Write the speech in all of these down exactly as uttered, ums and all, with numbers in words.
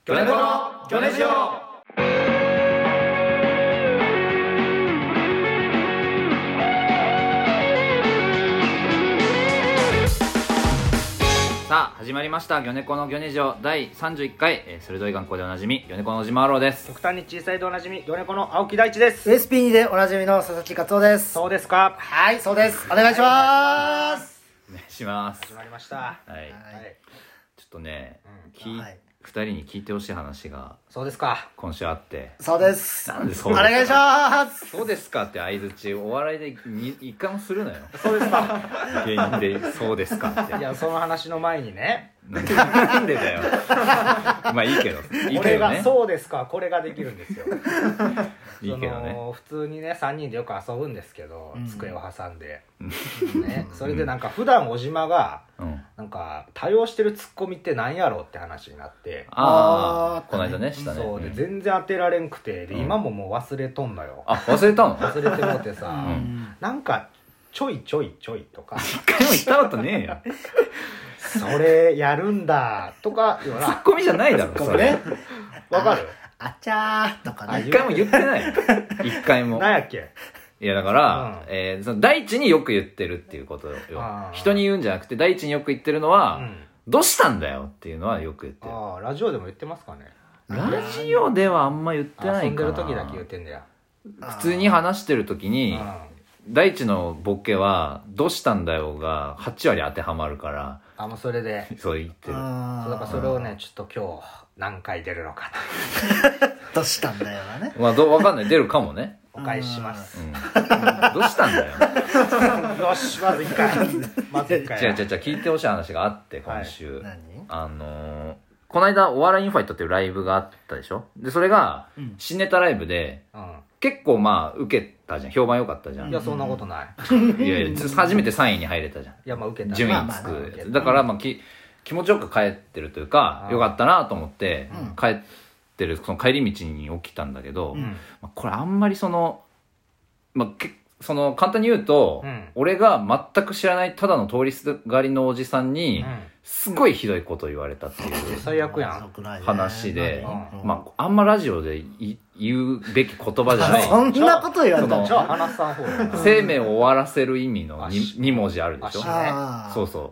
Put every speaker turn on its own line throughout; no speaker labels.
ギョネコのギョネジオ。さあ始まりましたギョネコのギョネジオだいさんじゅういっかい、えー、鋭い眼光でおなじみギョネコの小島アローです。
極端に小さいでおなじみギョネコの青木大地です。
エスピー でおなじみの佐々木勝夫です。
そうですか。
はい、そうです。お願いします。
お願いします。
始まりました。
はい、
はい、
ちょっとね、
うん、
き
はい
ふたりに聞いてほしい話が
そうですか。
今週あって。
そうです。
なんでそうですか。
お願いします。
そうですかって相づちお笑いでに一回もするのよ。
そうですか。
芸人でそうですかって。
いや、その話の前にね、
なんでだよ。まあいいけどいいけどね。
これがそうですか、これができるんですよ。
いいけどね。
その普通にねさんにんでよく遊ぶんですけど、
うん、
机を挟んで、ね、それでなんか普段小島が、うん、なんか多用してるツッコミって何やろうって話になって、
ああこの間ねしたね。
そうで、うん、全然当てられんくて、で、うん、今ももう忘れとんのよ。
あ、忘れたの？
忘れてもうてさ、うん、なんかちょいちょいちょいとか
一回も言ったことねえよ。
それやるんだとか
ツッコミじゃないだろそれ。
わかる？
あちゃーとかね。
一回も言ってないよ。一回も。
何やっけ？
いやだから、うん、えー、その第一によく言ってるっていうことよ。人に言うんじゃなくて第一によく言ってるのは、うん、どうしたんだよっていうのはよく言ってる。
ああ、ラジオでも言ってますかね。
ラジオではあんま言ってないかな。
遊んでる時だけ言ってんだよ。
普通に話してる時に第一のボケはどうしたんだよがはちわり当てはまるから。
あ、もうそれで
そう言ってる。
そうだからそれをね、ちょっと今日何回出るのか
な。どうしたんだよなね。
まあどうわかんない、出るかもね。
お返しします。
うん、どうしたんだよ。
よし、まず一回。まず一回。
違う違う違う、聞いてほしい話があって今週。
はい、何？
あのー、この間お笑いインファイトっていうライブがあったでしょ。でそれが新ネタライブで、うん、結構まあ受けたじゃん。評判良かったじゃん。
いやそんなことない。
いやいや初めてさんいに入れたじゃん。い
やまあ受けた。
順位つく、まあまあ、だからまあき気持ちよく帰ってるというか良かったなと思って、うん、帰ってるその帰り道に起きたんだけど、うんまあ、これあんまりそのまあけその簡単に言うと、うん、俺が全く知らないただの通りすがりのおじさんに、うん、すごいひどいこと言われたっていう
最悪やん
話で、うん、まああんまラジオで言うべき言葉じゃない。
そんなこと言われたの？
じゃあ話さん方が
生命を終わらせる意味の 2, に文字あるでしょ。そうそう。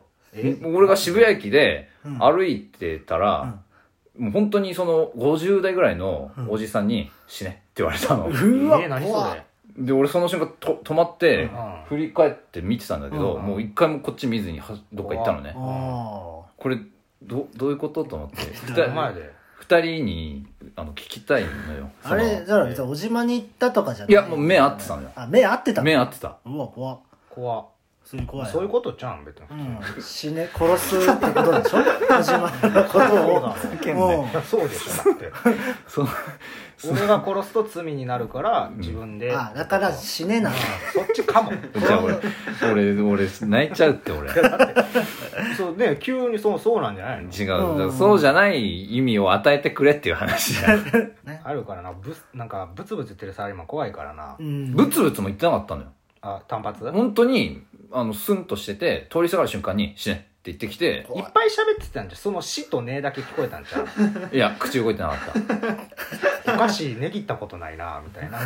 俺が渋谷駅で歩いてたら、うん、もう本当にそのごじゅう代ぐらいのおじさんに死ねって言われたの。
うん、うわ、えー、何それ。
で俺その瞬間と止まって、うん、振り返って見てたんだけど、うん、もう一回もこっち見ずにはどっか行ったのね。これ ど, どういうことと思ってふたりにあの聞きたいのよ。
あれじゃあ別に小島に行ったとかじゃない？
いやもう目合ってたのよ。
あ、目合ってたの？
目合ってた。
うわ怖っ
怖っ。
そういう怖い。
そういうことじゃん別に、
うん、死ね殺すってことでしょ。小島のことを
そうでしょ。だってそう俺が殺すと罪になるから自分で、うん、
あだから死ねな。
そっちかも。
じゃあ俺俺俺泣いちゃうって俺。
だってそうね急にそうそうなんじゃないの？
違う、うん、そうじゃない意味を与えてくれっていう話じゃん。
ね、あるからな。ぶなんかブツブツ言ってるサラリーマン怖いからな。
うん、ブツブツも言ってなかったのよ。
あ単発？
本当にあのスンとしてて通りすがる瞬間に死ねって言ってきて
いっぱい喋ってたんじゃん。その死とねだけ聞こえたんじゃん。
いや口動いてなかった。
お菓子ねぎったことないなみたいな。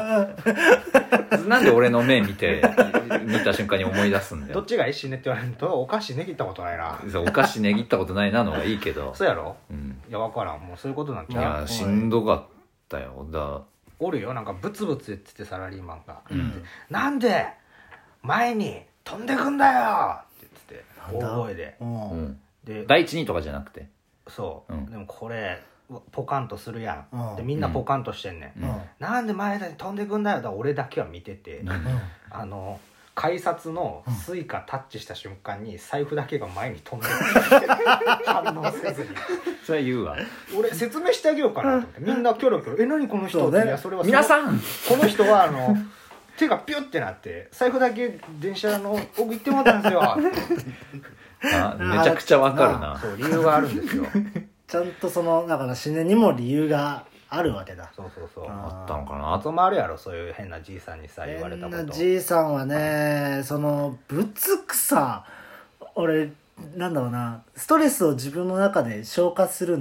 なんで俺の目見て見た瞬間に思い出すんだよ。
どっちがいい死ねって言われるとお菓子ねぎったことないな。
そうお菓子ねぎったことないなのがいいけど。
そうやろ、
うん、
いや分からん。もうそういうことなんちゃう。
いやしんどかったよ。だ
おるよなんかブツブツ言っててサラリーマンが、うん、なんで前に飛んでくんだよって言ってて大声で、うん、で
第一にとかじゃなくて
そう、うん、でもこれポカンとするやん、うん、でみんなポカンとしてんねん、
うん、
なんで前田に飛んでくんだよ。だから俺だけは見てて、うん、あの改札のスイカタッチした瞬間に財布だけが前に飛んでくる。反応せずに。
それは言うわ。
俺説明してあげようかなと思ってみんなキョロキョロえ何この人って、ね、いやそれは
皆さん
この人はあの手がピュッてなって財布だけ電車の奥行ってもらったんですよ。
あめちゃくちゃわかるな。
そう理由があるんですよ。
ちゃんとそのだから死ねにも理由があるわけだ。
そうそうそう。
あったのかな。
あともあるやろそういう変なじいさんにさ言われたこと。
変なじいさんはねそのぶつくさ俺なんだろうなストレスを自分の中で消化するんで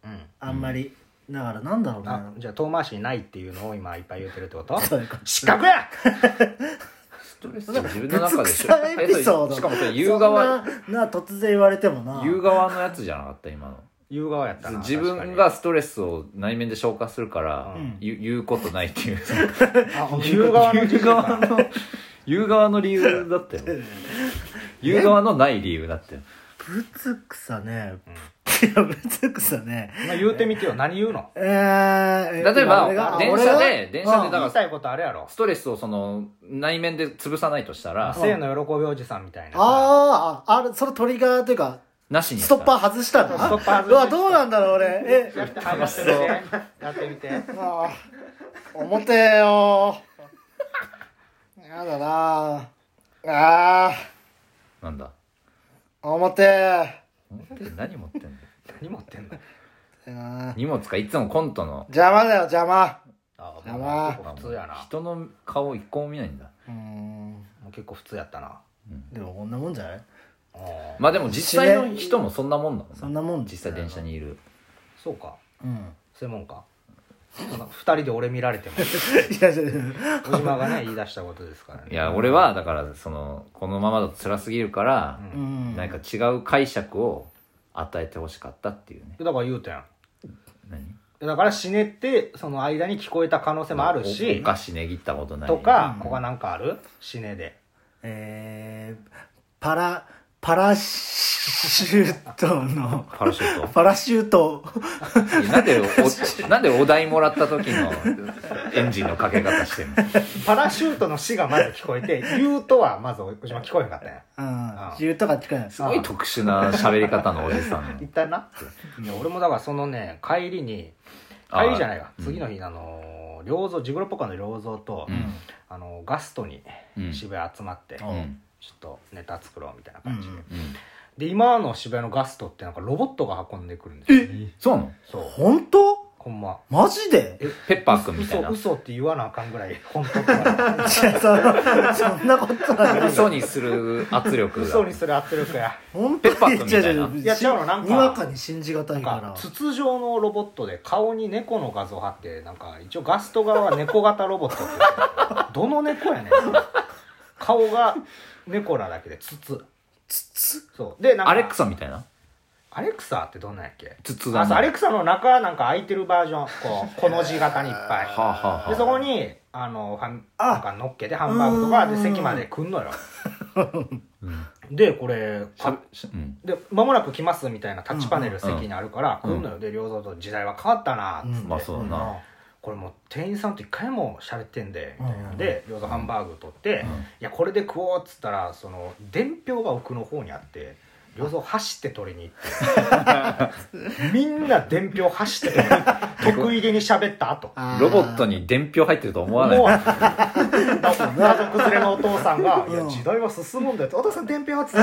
あんまりだからなんだろう
あ
な
じゃあ遠回しにないっていうのを今いっぱい言ってるってこと
そういうこと
失格や
ストレスを自分の中で
ぶつくさエピソード
しかもそれ言う側
そんなな突然言われてもな
言う側のやつじゃなかった今の
言う側やったな
自分がストレスを内面で消化するから、
うん、
言う、言うことないっていう
あ言う側の
言う側の言う側の理由だったよ言う側のない理由だったよ
ぶつくさね、うん、いやぶつくさね
言うてみてよ何言うの
えー、
例えば電車で電車でだから
言いたいことあるやろ
ストレスをその内面で潰さないとしたら
性の喜びおじさんみたいな
あああれそれトリガーというか
なしに
ストッパー外したの
ストッパー外した
うわどうなんだろう俺え
やってみてやってみて
ああ表よやだなああ
なんだ
表
表何持ってんの
何持ってんの
荷物かいつもコントの
邪魔だよ邪魔
あ
邪魔
結構普通やな
人の顔一個も見ないんだ
うん
もう結構普通やったな、
うん、でもこんなもんじゃない
まあでも実際の人もそんなもんだもん
そんなもん
実際電車にいる
そうか
うん
そういうもんか二人で俺見られても
いやいやいや
小島がね言い出したことですからね
いや俺はだからそのこのままだと辛すぎるから、うん、何か違う解釈を与えてほしかったっていうね
だから言うたやん
何
だから死ねってその間に聞こえた可能性もあるし
お菓子ねぎったことない
とか、うん、他なんかある死ねで
えー、パラパラシュートの
パラシュート
パラシュート
なんでおなんでお題もらった時のエンジンのかけ方してんの
パラシュートの死がまず聞こえて言うとはまず小島聞こえへんかったんや
うん言うとか聞こえない
すごい特殊な喋り方のおじさん
言ったないや俺もだからそのね帰りに帰りじゃないわ次の日あの良三ジグロポカの良三と、うん、あのガストに渋谷集まって、うんうんちょっとネタ作ろうみたいな感じで、うんうん、で今の渋谷のガストってなんかロボットが運んでくるんですよ
えそうなの
そう
本当
ほんま
マジで
えペッパーくんみたいな
嘘嘘って言わなあかんぐらい本当って言わなあかん
そんなことない
嘘にする圧力が
嘘にする圧力や
本
当ペッパーくんみたいない
や違うのなんか
にわかに信じがたいから
筒状のロボットで顔に猫の画像貼ってなんか一応ガスト側は猫型ロボットってどの猫やねん顔が猫らだけで筒
筒
そうでなんか
アレクサみたいな
アレクサってどんなんやっけ
筒だ
あそうアレクサの中なんか開いてるバージョンこうこの字型にいっぱい
はあはあはあ
でそこにあのファンなんか乗っけてハンバーグとかで席まで来んのよ、うん、でこれあ、うん、で間もなく来ますみたいなタッチパネル席にあるから来んのよ、うん、で良三と時代は変わったなっつって、
うん、まあそうだな、
これもう店員さんと一回も喋ってんでみたいなんで餃子ハンバーグ取って、うん、いやこれで食おうっつったらその伝票が奥の方にあって餃子を走って取りに行ってみんな伝票走って取りに行って得意げに喋った後
ロボットに伝票入ってると思わない
思わない家族連れのお父さんが「いや時代は進むんだよ」って「お父さん伝票」っつって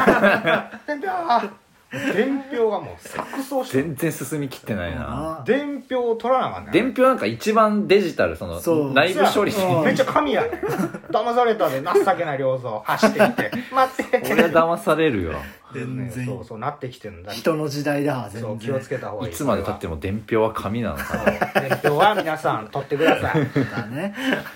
「伝票」伝票がもう錯綜して
全然進みきってないな
伝票を取らなあかんねん
伝票なんか一番デジタルその内部処理
めっちゃ紙やねん騙されたで情けない良三走ってきて待って
俺は騙されるよ
全然
そうそうなってきてるんだ
人の時代だ全然
そう気をつけた方がいい
いつまで経っても伝票は紙なのかな
伝票は皆さん取ってください
だね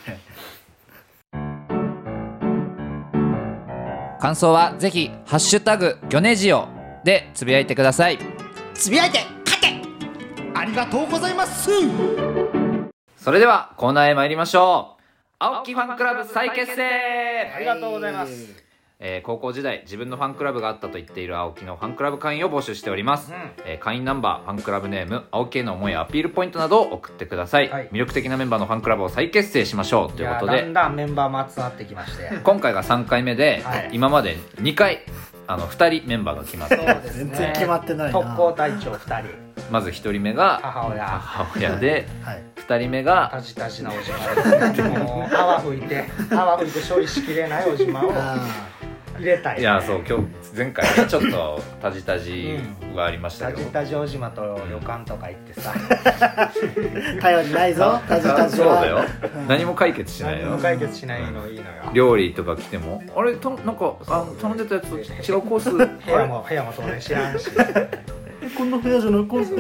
感想はぜひハッシュタグギョネジオでつぶやいてください
つぶやいて勝てありがとうございます
それではコーナーへ参りましょう青木ファンクラブ再結成
ありがとうございます、
えー、高校時代自分のファンクラブがあったと言っている青木のファンクラブ会員を募集しております、うんえー、会員ナンバーファンクラブネーム青木への思いやアピールポイントなどを送ってください、はい、魅力的なメンバーのファンクラブを再結成しましょうということで
だんだんメンバーも集まってきまして
今回がさんかいめで、はい、今までにかいあのふたりメンバーが決まって
そうです、ね、
全然決まってないな
特攻隊長ふたり
まずひとりめが
母親
母親で、はい、ふたりめが
タジタジなおじまですねもう泡吹いて泡吹いて処理しきれないおじまを入れたい、ね、
いやそう今日前回ねちょっとタジタジはありましたけど、
うん、タジタジおじまと旅館とか行ってさ
頼りないぞタジタジは
そうだよ、うん、何も解決しないよ
何も解決しないのいいのよ、
うん、料理とか来てもあれたなんかあ頼んでたやつと違うコース部
屋も部屋も当然知らんし
こんな部屋じゃないコース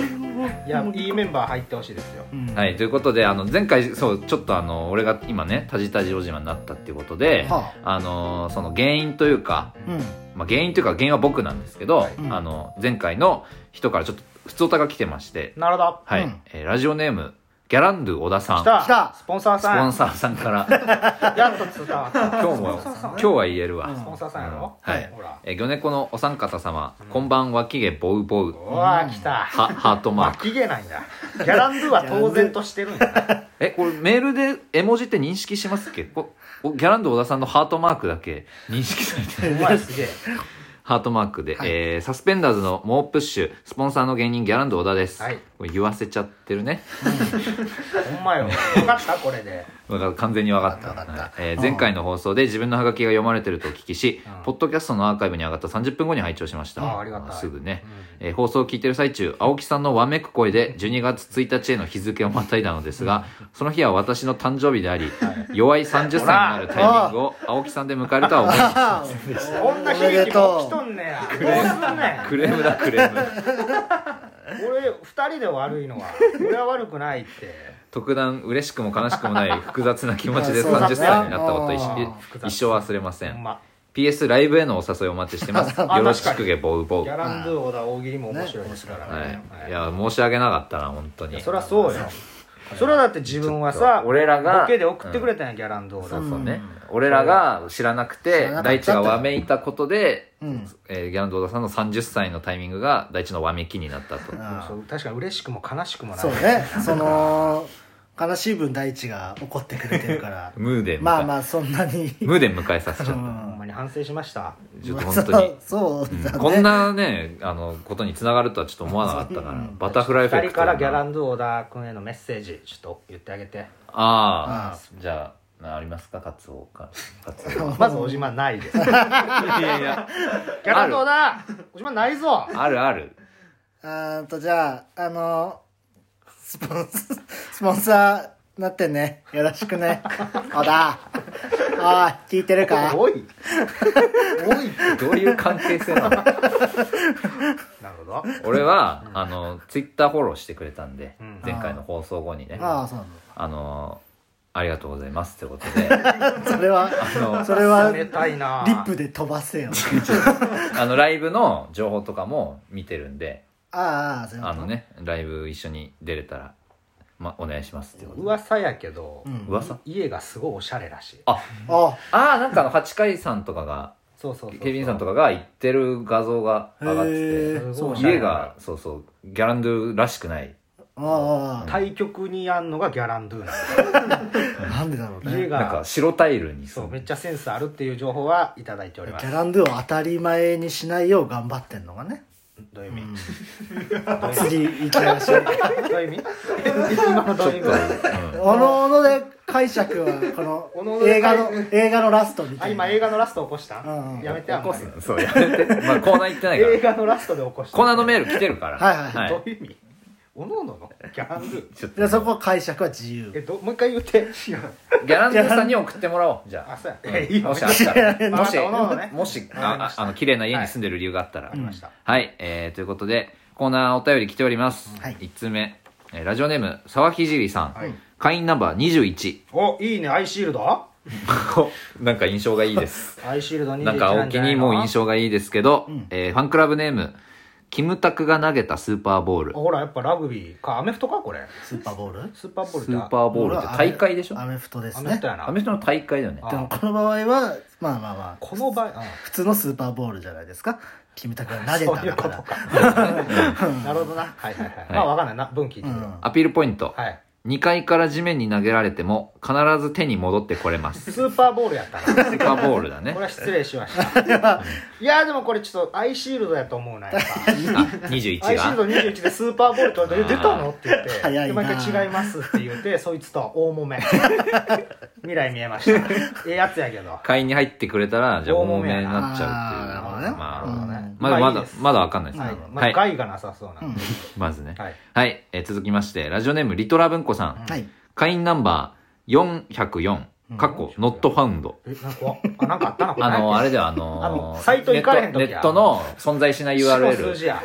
いやいいメンバー入ってほしいですよ、
うん、はいということであの前回そうちょっとあの俺が今ねタジタジオジマになったっていうことで、はあ、あのその原因というか、うんまあ、原因というか原因は僕なんですけど、うん、あの前回の人からちょっと普通歌が来てまして、
なるほど、
はいうんえー、ラジオネームギャランドゥ小田さん。
来た来たスポンサーさん。
スポンサーさんから。
やっと伝わった。
今日も、今日は言えるわ。
スポンサーさんやろ、
うん、はい。えー、魚猫のお三方様、うん、こんばん脇毛ボウボウ。
うわ来た。
は、ハートマーク。
脇毛なんだ。ギャランドゥは当然としてるんだ。
え、これメールで絵文字って認識しますっけこギャランドゥ小田さんのハートマークだけ認識されてる。
お前すげえ。
ハートマークで、はい、えー、サスペンダーズの猛プッシュ、スポンサーの芸人ギャランド小田です。はい。これ言わせちゃってるね。
ほんまよ。分かったこれで。
完全に分かった。分かった、はいえー、前回の放送で自分のハガキが読まれてるとお聞きし、うん、ポッドキャストのアーカイブに上がったさんじゅっぷんごに拝聴しました。
あありがたい。
すぐね、うんえー。放送を聞いてる最中、青木さんのわめく声でじゅうにがつついたちへの日付をまたいだのですが、その日は私の誕生日であり、はい、弱いさんじゅっさいになるタイミングを青木さんで迎えるとは思いませんでした。
こんな悲劇も起きとんねや。
クレームだクレーム
俺ふたりで悪いのは俺は悪くないって
特段嬉しくも悲しくもない複雑な気持ちでさんじゅっさいになったことを一生忘れません、ま、ピーエス ライブへのお誘いお待ちしてますよろしくげボウボウ
ギャランドゥ小田大喜利も面白いですからね、
ねはい、いや申し訳なかったな本当に
そりゃそうよそれはだって自分はさ
俺らが
ボケで送ってくれたんや、うん、ギャランドゥ小田、
そうそうね俺らが知らなくて大地がわめいたことで、うんえー、ギャランドゥ小田さんのさんじゅっさいのタイミングが大地のわめきになったと
そう確かに嬉しくも悲しくもない
そうねその悲しい分大地が怒ってくれてるから
ムーで
まあまあそんなに
ムーで迎えさせちゃった、うん、
ほんまに反省しました
ちょっと本当に
そうそうだね、
うん、こんなねあのことに繋がるとはちょっと思わなかったから、うん、バタフライエフェクト
ふたりからギャランドゥ小田君へのメッセージちょっと言ってあげて
ああじゃあありますかカツオかカツオ
まずおじまないですいやいやギャランドゥ小田おじまないぞ
あるある
あーとじゃああのスポンスポンサーなってねよろしくね小田おい聞いてるか
おいおい
どういう関係性なのなる
ほど
俺は、うん、あのツイッターフォローしてくれたんで、うん、前回の放送後にね
ああそうなんだ
あのありがとうございますってことで
それはあのそれは
冷たいな
リップで飛ばせよ
あのライブの情報とかも見てるんで
ああそういうこと
あのねライブ一緒に出れたらま、お願いしますってこと
噂やけど、
うん、噂
家がすごいおしゃれらしい
あああなんかあのはちかいさんとかが
そうそうそう
ケビンさんとかが行ってる画像が上がっててそう家がそうそうギャランドゥらしくない
ああ
対極にあんのがギャランドゥなんだ
なんでだろうね
家がなんか白タイルに
そうめっちゃセンスあるっていう情報はいただいております
ギャランドゥを当たり前にしないよう頑張ってんのがね
どういう意味、うん、
次行きましょう
どういう意味今のどういう意味
おのおので解釈はこの映画の映画のラストみたいな
あ今映画のラスト起こした、うんうん、やめてあんまり
そうやめてまあコーナー行ってないから
映画のラストで起こした
コーナーのメール来てるから
はいはい、はい、
どういう意味おのおののギャランドゥ
でそこは解釈は自由
えどもう一回言って
ギャランドゥさんに送ってもらおうじゃあ
あそうや、うん、いい
もしあったらもし
おのおのね
もしああの綺麗な家に住んでる理由があったら
はい、うん、
はい、えー、ということでコーナーお便り来ております、はい、いちつめ、えー、ラジオネーム沢ひじりさん、はい、会員ナンバーにじゅういち
おいいねアイシールド
なんか印象がいいです
アイシールドにじゅういち
なんか青木にも印象がいいですけど、うんえー、ファンクラブネームキムタクが投げたスーパーボール
ほらやっぱラグビーかアメフトかこれ
スーパーボール
スーパーボール
スーパーボールって大会でしょ
アメフトですね
アメフトやな
アメフトの大会だよね
でもこの場合はまあまあまあ
この場合
普通のスーパーボールじゃないですかキムタクが投げたんだから
なるほどなはいはいはい、はい、まあ分かんないな分岐、うん、
アピールポイント、
はい
にかいから地面に投げられても必ず手に戻ってこれます
スーパーボールやったな
スーパーボールだね
これは失礼しましたいやでもこれちょっとアイシールドやと思うなやっ
ぱにじゅういちが
アイシールドにじゅういちでスーパーボールって言われて出たのって言ってで毎回違いますって言ってそいつとは大揉め未来見えましたええやつやけど
会員に入ってくれたらじゃあ大揉めになっちゃうっていうまあまだまだまだ分かんないですね
まだ害がなさそうなんで
まずねはい続きましてラジオネームリトラ文子さんはい会員ナンバーよんひゃくよん、過去、ノットファウンド。
え、なんか、あ、なんかあったな、これ。
あの、あれでは、あの
ー、サイト行かれへんとき
ネットの存在しない ユーアールエル。
数字や。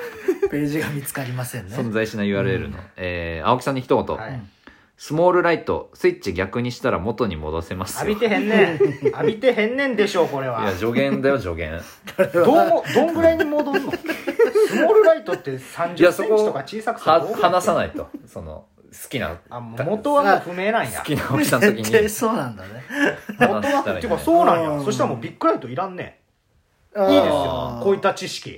ページが見つかりませんね。
存在しない ユーアールエル の、うん、えー、青木さんに一言、はい、スモールライトスイッチ逆にしたら元に戻せますよ。
浴びてへんねん浴びてへんねんでしょこれは。
いや助言だよ助言
どうもどんぐらいに戻るのスモールライトってさんじゅっセンチとか小さくするの
離さないとその好きな
あ元はもう不明なんや。
好きな大きさの時に
そうなんだね
元はっていうかそうなんや。そしたらもうビッグライトいらんねん。いいですよこういった知識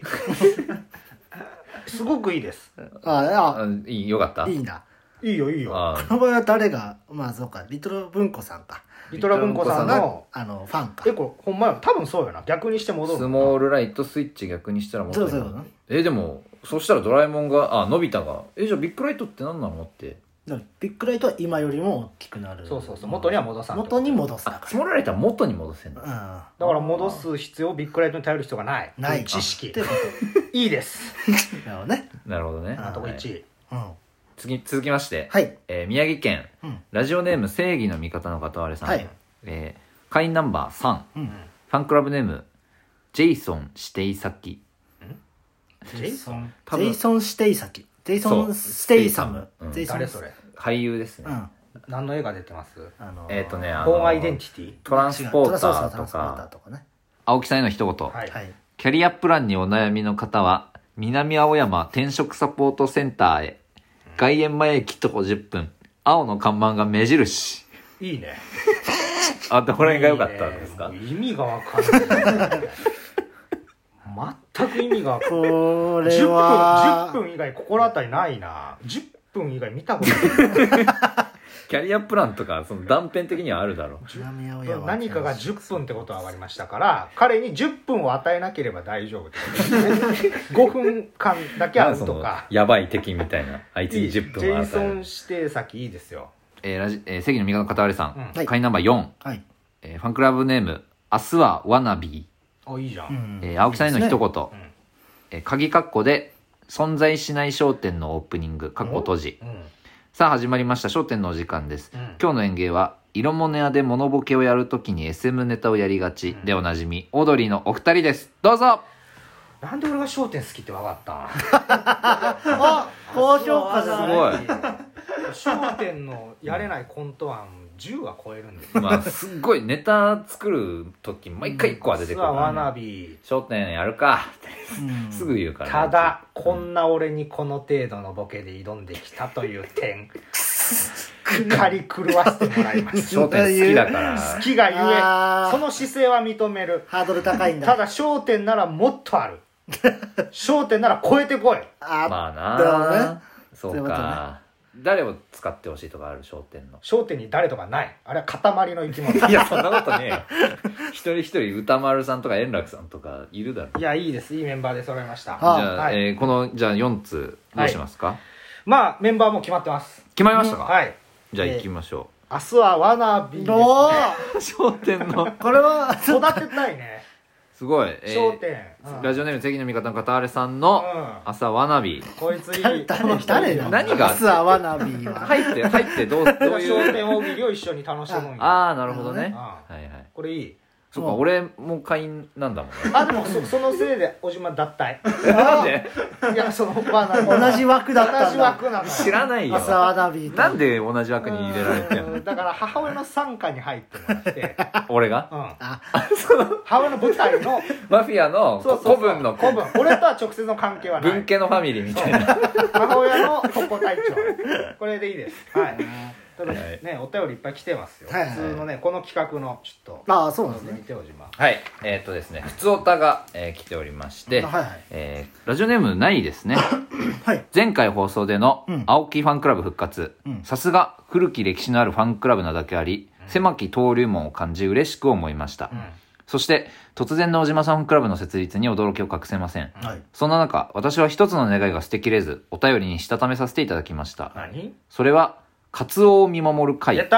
すごくいいです。
ああ
いいよかった。
いいな。
いいよいいよ。
この場合は誰がまあそうかリトル文庫さんか。
リトル文庫さんの
あのファンか。
えこれほんまよ多分そうよな。逆にして戻る。
スモールライトスイッチ逆にしたら戻る。
そうそうそう
えでもそしたらドラえもんがあのび太がえじゃあビッグライトって何なのって
ビッグライトは今よりも大きくなる。
そうそうそう元には戻さん。
元に戻す。
スモールライトは元に戻せんの、
うん、だから戻す必要ビッグライトに頼る必要がない
ない
知識いいです
なるほどね。
なるほどね。
あとこいち、
はい、うん、
次続きまして、
はい
えー、宮城県、うん、ラジオネーム正義の味方の片割れさん、はい、えー、会員ナンバーさん、うん、ファンクラブネームジェイソン指定先
ジェイソン
ジェイソン指定先ジェイソンステイサム、
うん、誰それ
俳優ですね、うん、
何の映画出てます？
あのー、えっ、ー、とねあのー、
ホームアイデンティティ
トランスポーターとか、ね、青木さんへの一言、はい、キャリアプランにお悩みの方は南青山転職サポートセンターへ、うん、外苑前駅徒歩じゅっぷん青の看板が目印。い
いね
あどこら辺が良かったんですか？
いいね、意味が分かんない全く意味が
これは
じゅっぷん、じゅっぷん以外心当たりないな。じゅっぷん以外見たことない
キャリアプランとかその断片的にはあるだろ
う。何かがじゅっぷんってことは分かりましたから彼にじゅっぷんを与えなければ大丈夫ってことですねごふんかんだけ会うとか
やばい敵みたいなあいつにじゅっぷんを与える。
ジェイソン指定先いいですよ。
えーラジえー、正義の味方の片割れさん、うん、会員ナンバーよん、
はい、
えー、ファンクラブネーム明日はワナビ
ー。あいいじゃん、
えー、青木さんへの一言、うん、えー、鍵括弧で存在しない商店のオープニング括弧閉じ、うん、さあ始まりました商店のお時間です、うん、今日の演芸は色物屋でモノボケをやるときに エスエム ネタをやりがちでおなじみ、うん、オードリーのお二人です。どうぞ。
なんで俺が商店好きって分かったん
あ高評価じゃない。
すごい
商店のやれないコント案じゅうは超えるんですよ、
まあすっごいネタ作る時毎回いっこは出てくるから、ね、
わなび
商店やるかってすぐ言うから、ね、
ただこんな俺にこの程度のボケで挑んできたという点怒り狂わせてもらいます
商店好きだから
好きがゆえその姿勢は認める。
ハードル高いんだ。
ただ商店ならもっとある商店なら超えてこい。
あまあな、ね、そうか。誰を使ってほしいとかある？商店の
商店に誰とかない。あれは塊の生き物
いやそんなことねえよ一人一人歌丸さんとか円楽さんとかいるだろ。
いやいいです、いいメンバーで揃いました。
じゃあ、はい、えー、このじゃあよんつどうしますか？はい、
まあメンバーも決まってます。
決まりましたか？
うん、はい。
じゃあ行きましょ
う、えー、明日はわなびですね。
商店の
これは
育てたいね
すごい、え
ー、商店、
うん、ラジオネーム正義の味方の片割れさんの朝わなび、うん、
こいついい
誰誰だ
何が
朝わなびは
入って入ってどうどういう
商店大喜利を一緒に楽しむんや。
ああなるほどね、
うん、はいはい、これいい。
そっか、俺も会員なんだもんね。
あでも そ, そのせいで小島脱退
なんで
いやその場
同じ枠だったんだ。
同じ枠なの。
知らないよ。
朝わなび
なんで同じ枠に入れられてんの？
だから母親の傘下に入ってもらって
俺が、
うん、あ母親の舞台の
マフィアの古文の
古文俺とは直接の関係はない。
文家のファミリーみたいな
母親の特攻隊長これでいいです。はいただね、お便りいっぱい来てますよ、はいはい、普通のねこの企画のちょっと
ああそうですね。
見ておじま
はいえー、っとですねふつおたが、えー、来ておりまして、はいはいえー、ラジオネームないですね、はい、前回放送での青木ファンクラブ復活、さすが古き歴史のあるファンクラブなだけあり、うん、狭き登竜門を感じ嬉しく思いました、うん、そして突然の小島さんファンクラブの設立に驚きを隠せません、はい、そんな中私は一つの願いが捨てきれずお便りにしたためさせていただきました。
何？そ
れはカツオを見守る会です。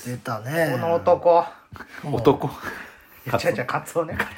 出たねこの男
男
違う違うカツオね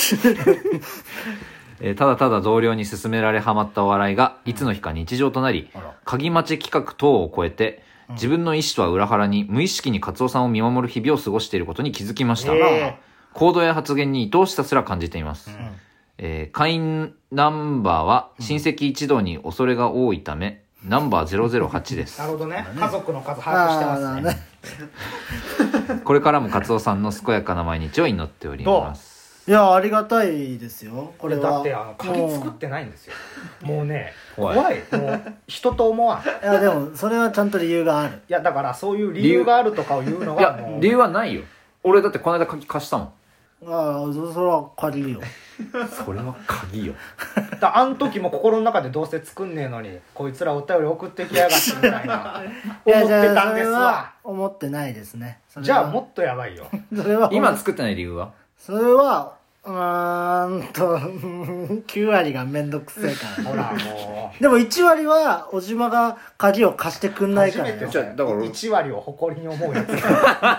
えー、ただただ同僚に勧められハマったお笑いがいつの日か日常となり、うん、鍵待ち企画等を超えて、うん、自分の意思とは裏腹に無意識にカツオさんを見守る日々を過ごしていることに気づきました、えー、行動や発言に愛おしさすら感じています、うんえー会員ナンバーは親戚一同に恐れが多いため、うん、ナンバーゼロゼロはちです。
なるほどね。家族の数把握してますね。
これからもカツオさんの健やかな毎日を祈っております。
いやありがたいですよ。これは
だってあの鍵作ってないんですよ。もうね怖い。怖い。もう人と思わん。い
やでもそれはちゃんと理由がある。
いやだからそういう理由があるとかを言うのがもう。
いや理由はないよ。俺だってこの間鍵貸したもん。
ああそれは鍵よ。
それは鍵よ。
だあん時も心の中でどうせ作んねえのにこいつらお便り送ってきやがってみたいな思ってたんですわ。
思ってないですね。
じゃあもっとやばいよ。
それは
今作ってない理由は
それはうーんときゅう割がめんどくせえから
ほらも
うでもいち割は小島が鍵を貸してくんないからよ。
初めてだからいち割を誇りに思うやついち割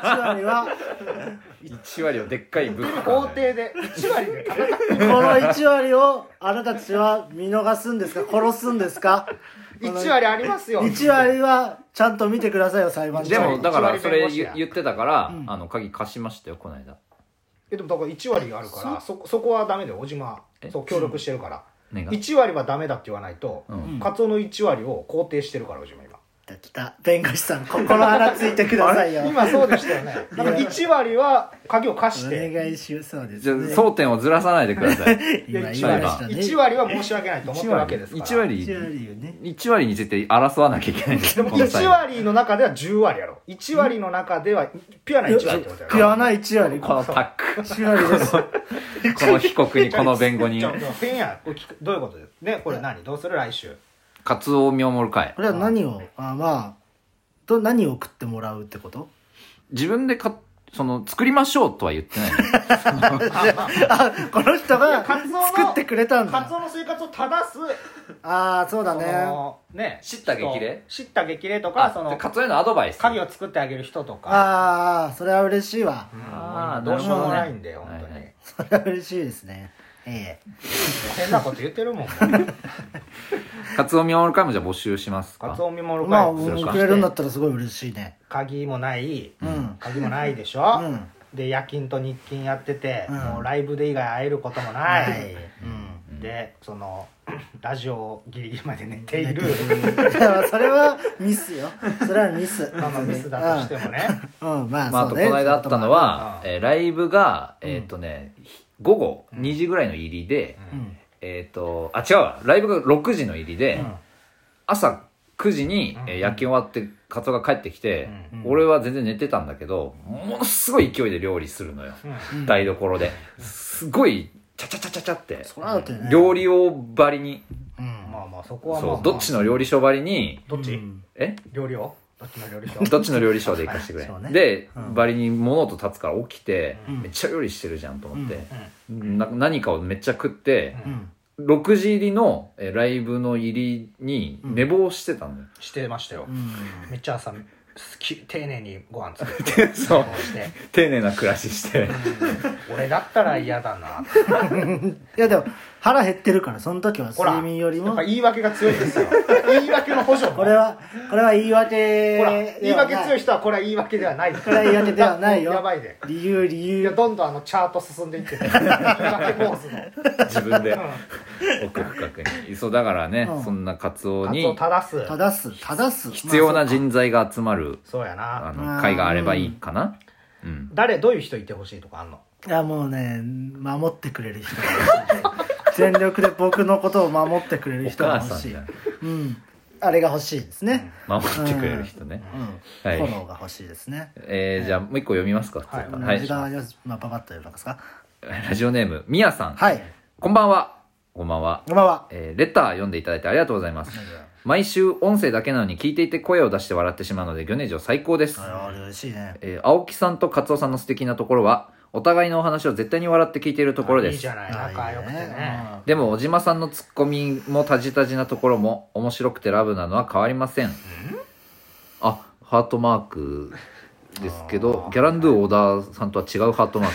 はい
ち割をでっかい物
法廷でいち割で
このいち割をあなたたちは見逃すんですか殺すんですか。
いち割ありますよ。
いち割はちゃんと見てくださいよ裁判所。
でもだからそれ言ってたから、うん、あの鍵貸しましたよこの間。
えでもだからいち割があるから そ, そこはダメだよ。小島そう協力してるから、うん、いち割はダメだって言わないと、うん、カツオのいち割を肯定してるから小島今。
来た弁護士さんここの穴ついてくださいよ。
今そうでしたよね。だからいち割は鍵を貸して
お願いします。そうです、ね、
じゃあ争点をずらさないでください。
今いち割いち割は申し訳ないと思ってるわけですから。
いち割いち割よね。いち割について争わなきゃいけないんです。
でもいち割の中ではじゅう割やろ。いち割の中ではピュアないち割ってことやろ。
ピュアないち割。
このタック。
いち割です。こ
の被告にこの弁護人。
変や。どういうことですね。これ何どうする来週。
カツオを見守る会。
これは何をあまあ。と何を送ってもらうってこと？自
分でかその作りましょうとは言ってない
あこの人が作ってくれたんだ。
カツオの生活を正す
ああそうだね
ね
知った激励
知った激励とかその
カツオへのアドバイス
鍵を作ってあげる人とか
ああそれは嬉しいわ、
うん、あどうしようもないんだよ、ね、本当に、はいはい、
それは嬉しいですね。ええ
変なこと言ってるもん
カツオ見守る会もじゃあ募集しますか。
カツオ見守る会
まあくれるんだったらすごい嬉しいね。
鍵もない、
うん、
鍵もないでしょ、
うん、
で夜勤と日勤やってて、
うん、
もうライブで以外会えることもない、
はい
うん、でそのラジオギリギリまで寝ている
それはミスよ。それはミス
まあまあミスだとしてもね
うん、うん、まあ、
まあ、あとこの間あったのは、えー、ライブがえっ、ー、とね、うん午後にじぐらいの入りで、うん、えっ、ー、とあ違うわライブがろくじの入りで、うん、朝くじに、うん、えー、夜勤終わってカツオが帰ってきて、うん、俺は全然寝てたんだけどものすごい勢いで料理するのよ、うん、台所ですごいチャチャチャチャチャって、
うん、
料理王ばりに、
うん、まあまあそこはまあ、
そうどっちの料理書ばりに
どっち、うん、
え
料理王どっちの料理賞
どっちの料理賞で行かしてくれ、ね、で、うん、バリに物音立つから起きて、うん、めっちゃ料理してるじゃんと思って、うん、な何かをめっちゃ食って、うん、ろくじ入りのえライブの入りに寝坊してたのよ、うん、
してましたよ、うん、めっちゃ朝丁寧にご飯作って
そう丁寧な暮らしして、
うん、俺だったら嫌だな
いやでも腹減ってるからその時は睡眠よりも
やっぱ言い訳が強いですよ言い訳の補助
これはこれは言い訳
ほら言い訳強い人はこれは言い訳ではない
これは言い訳ではないよ
やばいで
理由理由
いやどんどんあのチャート進んでいって言い訳ポーズの
自分で奥深くにそうだからね、うん、そんなカツオに
正す
正す正す
必要な人材が集まる
そうやな
あの会があればいいかな、
うんうん、誰どういう人いてほしいとかあんの？
いやもうね守ってくれる人が全力で僕のことを守ってくれる人が欲しい、うん、あれが欲しいですね、
うん、守ってくれる人ね、
うんうんはい、フォローが欲しいですね、
えー、じゃあもう一個読みますか普通
はい、はい、時間はまあパパッと読みますか。
ラジオネームみやさん、
はい、
こんばんは。こんばんは。
こんばんは、
えー、レター読んでいただいてありがとうございます。毎週音声だけなのに聞いていて声を出して笑ってしまうのでギョネジオ最高です。
あれ嬉しいね、
えー、青木さんとカツオさんの素敵なところはお互いのお話を絶対に笑って聞いているところです。
いいじゃない仲良くてね。
でも小島さんのツッコミもタジタジなところも面白くてラブなのは変わりません。あ、ハートマークですけどギャランドゥ小田さんとは違うハートマ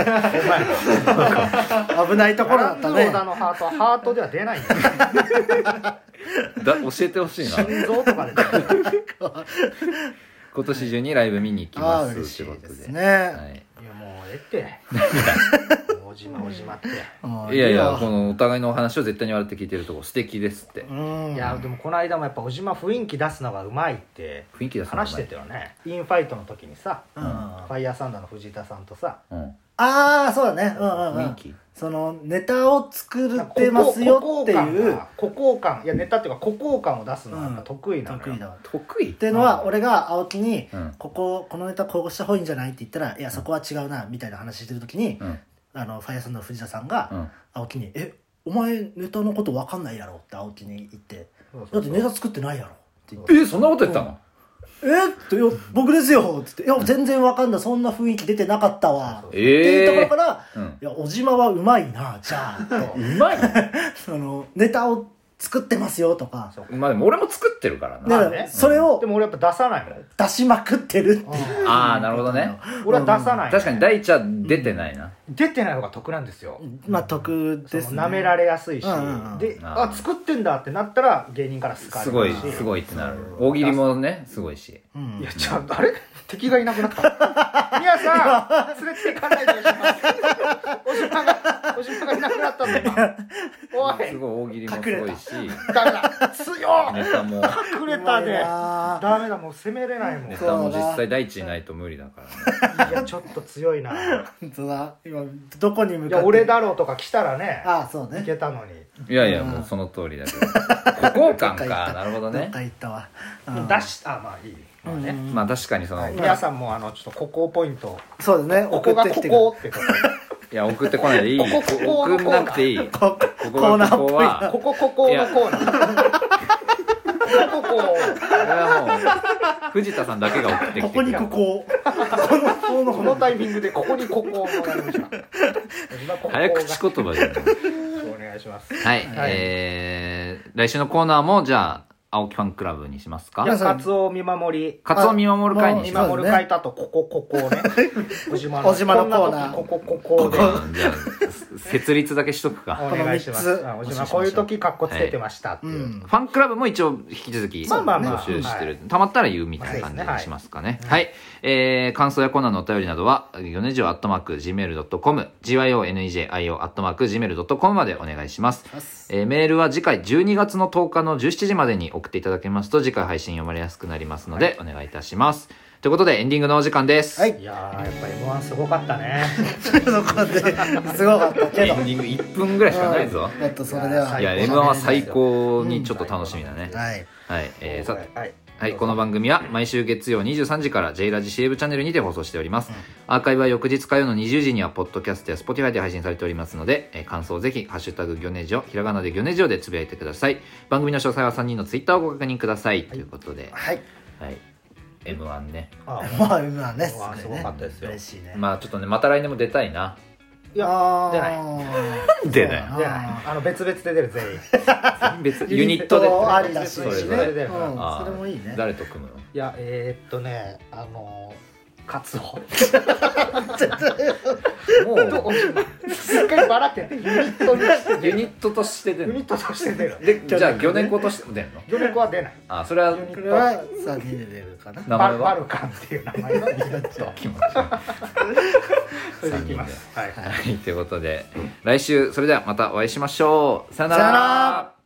ーク危ないところだったね。
ギャランドゥ小田のハートはハートでは出ないんだよ
だ教えてほしいな。
心臓とかで出ない
今年中にライブ見に行きます。
嬉しいですね、
はい、
いやもうええって小島小島って
うん
いやいやこのお互いのお話を絶対に笑って聞いてるとこ素敵ですって。
うん
いやでもこの間もやっぱ小島雰囲気出すのがうまいって
雰囲気出すのがうまい
話してたよね。インファイトの時にさ、
うん
ファイヤーサンダーの藤田さんとさ、
うん
ああそうだねうんうんうん
雰囲気
そのネタを作ってますよっていう
孤高感いやネタっていうか孤高感を出すのがやっぱ得意なのよ、
得意だわっ
得意
ていうのは俺が青木に
うん
こここのネタこうした方がいいんじゃないって言ったらいやそこは違うなみたいな話してる時に
うん
あのファイヤーサンダーの藤田さんが
うん
青木にえお前ネタのこと分かんないやろって青木に言って
そうそうそう
だってネタ作ってないやろって言って
えそんなこと言ったの？
えってよ僕ですよっつっていや全然わかんないそんな雰囲気出てなかったわって
え
いうところ
え
から
うん
いや小島はうまいなじゃあと
うまい
そのネタを作ってますよとか
そう
まあでも俺も作ってるからな。
だからそれを
でも俺やっぱ出さないもん。
出しまくってるっていう
ああなるほどね。
俺は出さない、
確かに大地は出てないな。
出てない方が得なんですよ。
まあ得
そ
ですね
の舐められやすいし、
うんうんうん
で
あー
あ作ってんだってなったら芸人から好かれ
すごい
るし
すごいってなる。大喜利もねすごいし。
うん
いやじゃああれ敵がいなくなった皆さん連れて行かないでほしいお島がお島がいなくなったんだ今おい
すごい大喜利もすごいし、
ダメだ強っ
ネタも
隠れたで
うまいな
ダメだもう攻めれないもん
ネタも実際大地いないと無理だからね。
いやちょっと強いない
本当だ今どこに向かって
や俺だろうとか来たらね
ああそうね
いけたのに
いやいやもうその通りだけど。孤高感かなるほどね
どっか。行ったわうん
出しあまあいいまあね、
うん
まあ確かにそのい
皆さんもあのちょっとここポイント
そうですね
ここがこ
送ってきて
こってとこ
や送ってこないでいい。
ここここ
送んなくていい。こ
こ
こ
コーナーっぽい
がここは
な
ここここのコーナーこここ
これはもう藤田さんだけが送ってきて
ここにこここのこの
このタイミングでここにここをやりました
早口言葉じゃん。
お願いします
はい、えー、来週のコーナーもじゃあ青木ファンクラブにしますか。
いやカツオ見守り
カツオ見守る会に
見
します。
守る会とあとここここをね小島
小島のコーナー
ここここで
うんじゃあ設立だけしとくか。
お願いします
このみっつ
あ小島こういう時カッコつけてましたっていう、
うん
ファンクラブも一応引き続き
まあまあまあ
募集してる、
はい
たまったら言うみたいな感じにしますかね。はい、えー、感想やコーナーのお便りなどはヨネジオアットマーク ジーメールドットコム ジーワイオーエヌイージェーアイオー アットマーク ジーメールドットコム までお願いします。えー、メールは次回じゅうにがつのとおかのじゅうしちじまでに送っていただけますと次回配信読まれやすくなりますので、お願いいたします。ということでエンディングのお時間です。
はい
いやーやっぱ エムワン すごかったね
そこですごかったけど
エンディングいっぷんぐらいしかないぞ。
ちょっとそれではい
や エムワン は最高にちょっと楽しみだね。
はい
はい、えー、さ
はい
はい、この番組は毎週月曜にじゅうさんじから J ラジ シーエム チャンネルにて放送しております。アーカイブは翌日火曜のにじゅうじにはポッドキャストや Spotify で配信されておりますので、えー感想をぜひハッシュタグギョネジオひらがなでギョネジオでつぶやいてください。番組の詳細はさんにんのツイッターをご確認ください、ということで、
はい
はい、エムワン ね。
あ
まあ今ね
うわすごかったですよ
嬉しいね
まあちょっとねまた来年も出たいな。
いや
あー
出ない
出ない
そうだ
出ないあの別々で出る全員
別ユニットで
ありだし
それぞ
それ
れ。
で
うん
あー
それもいいね
誰と組むの？
いやえー、っとねあのカツオ
も
とおしまいすっかりばらけてユニットにして
うユニットとして出るの。
ユニットとして出る
でじゃあ魚猫として出るの？
魚猫は出ない
あそれは
ユニット
これはさんにんで出るかな
名前は
ババルカンっていう名前のユニット
気持ち悪い
それでいきますはい
はい、ということで来週それではまたお会いしましょう。さよな
さよな
ら
ら。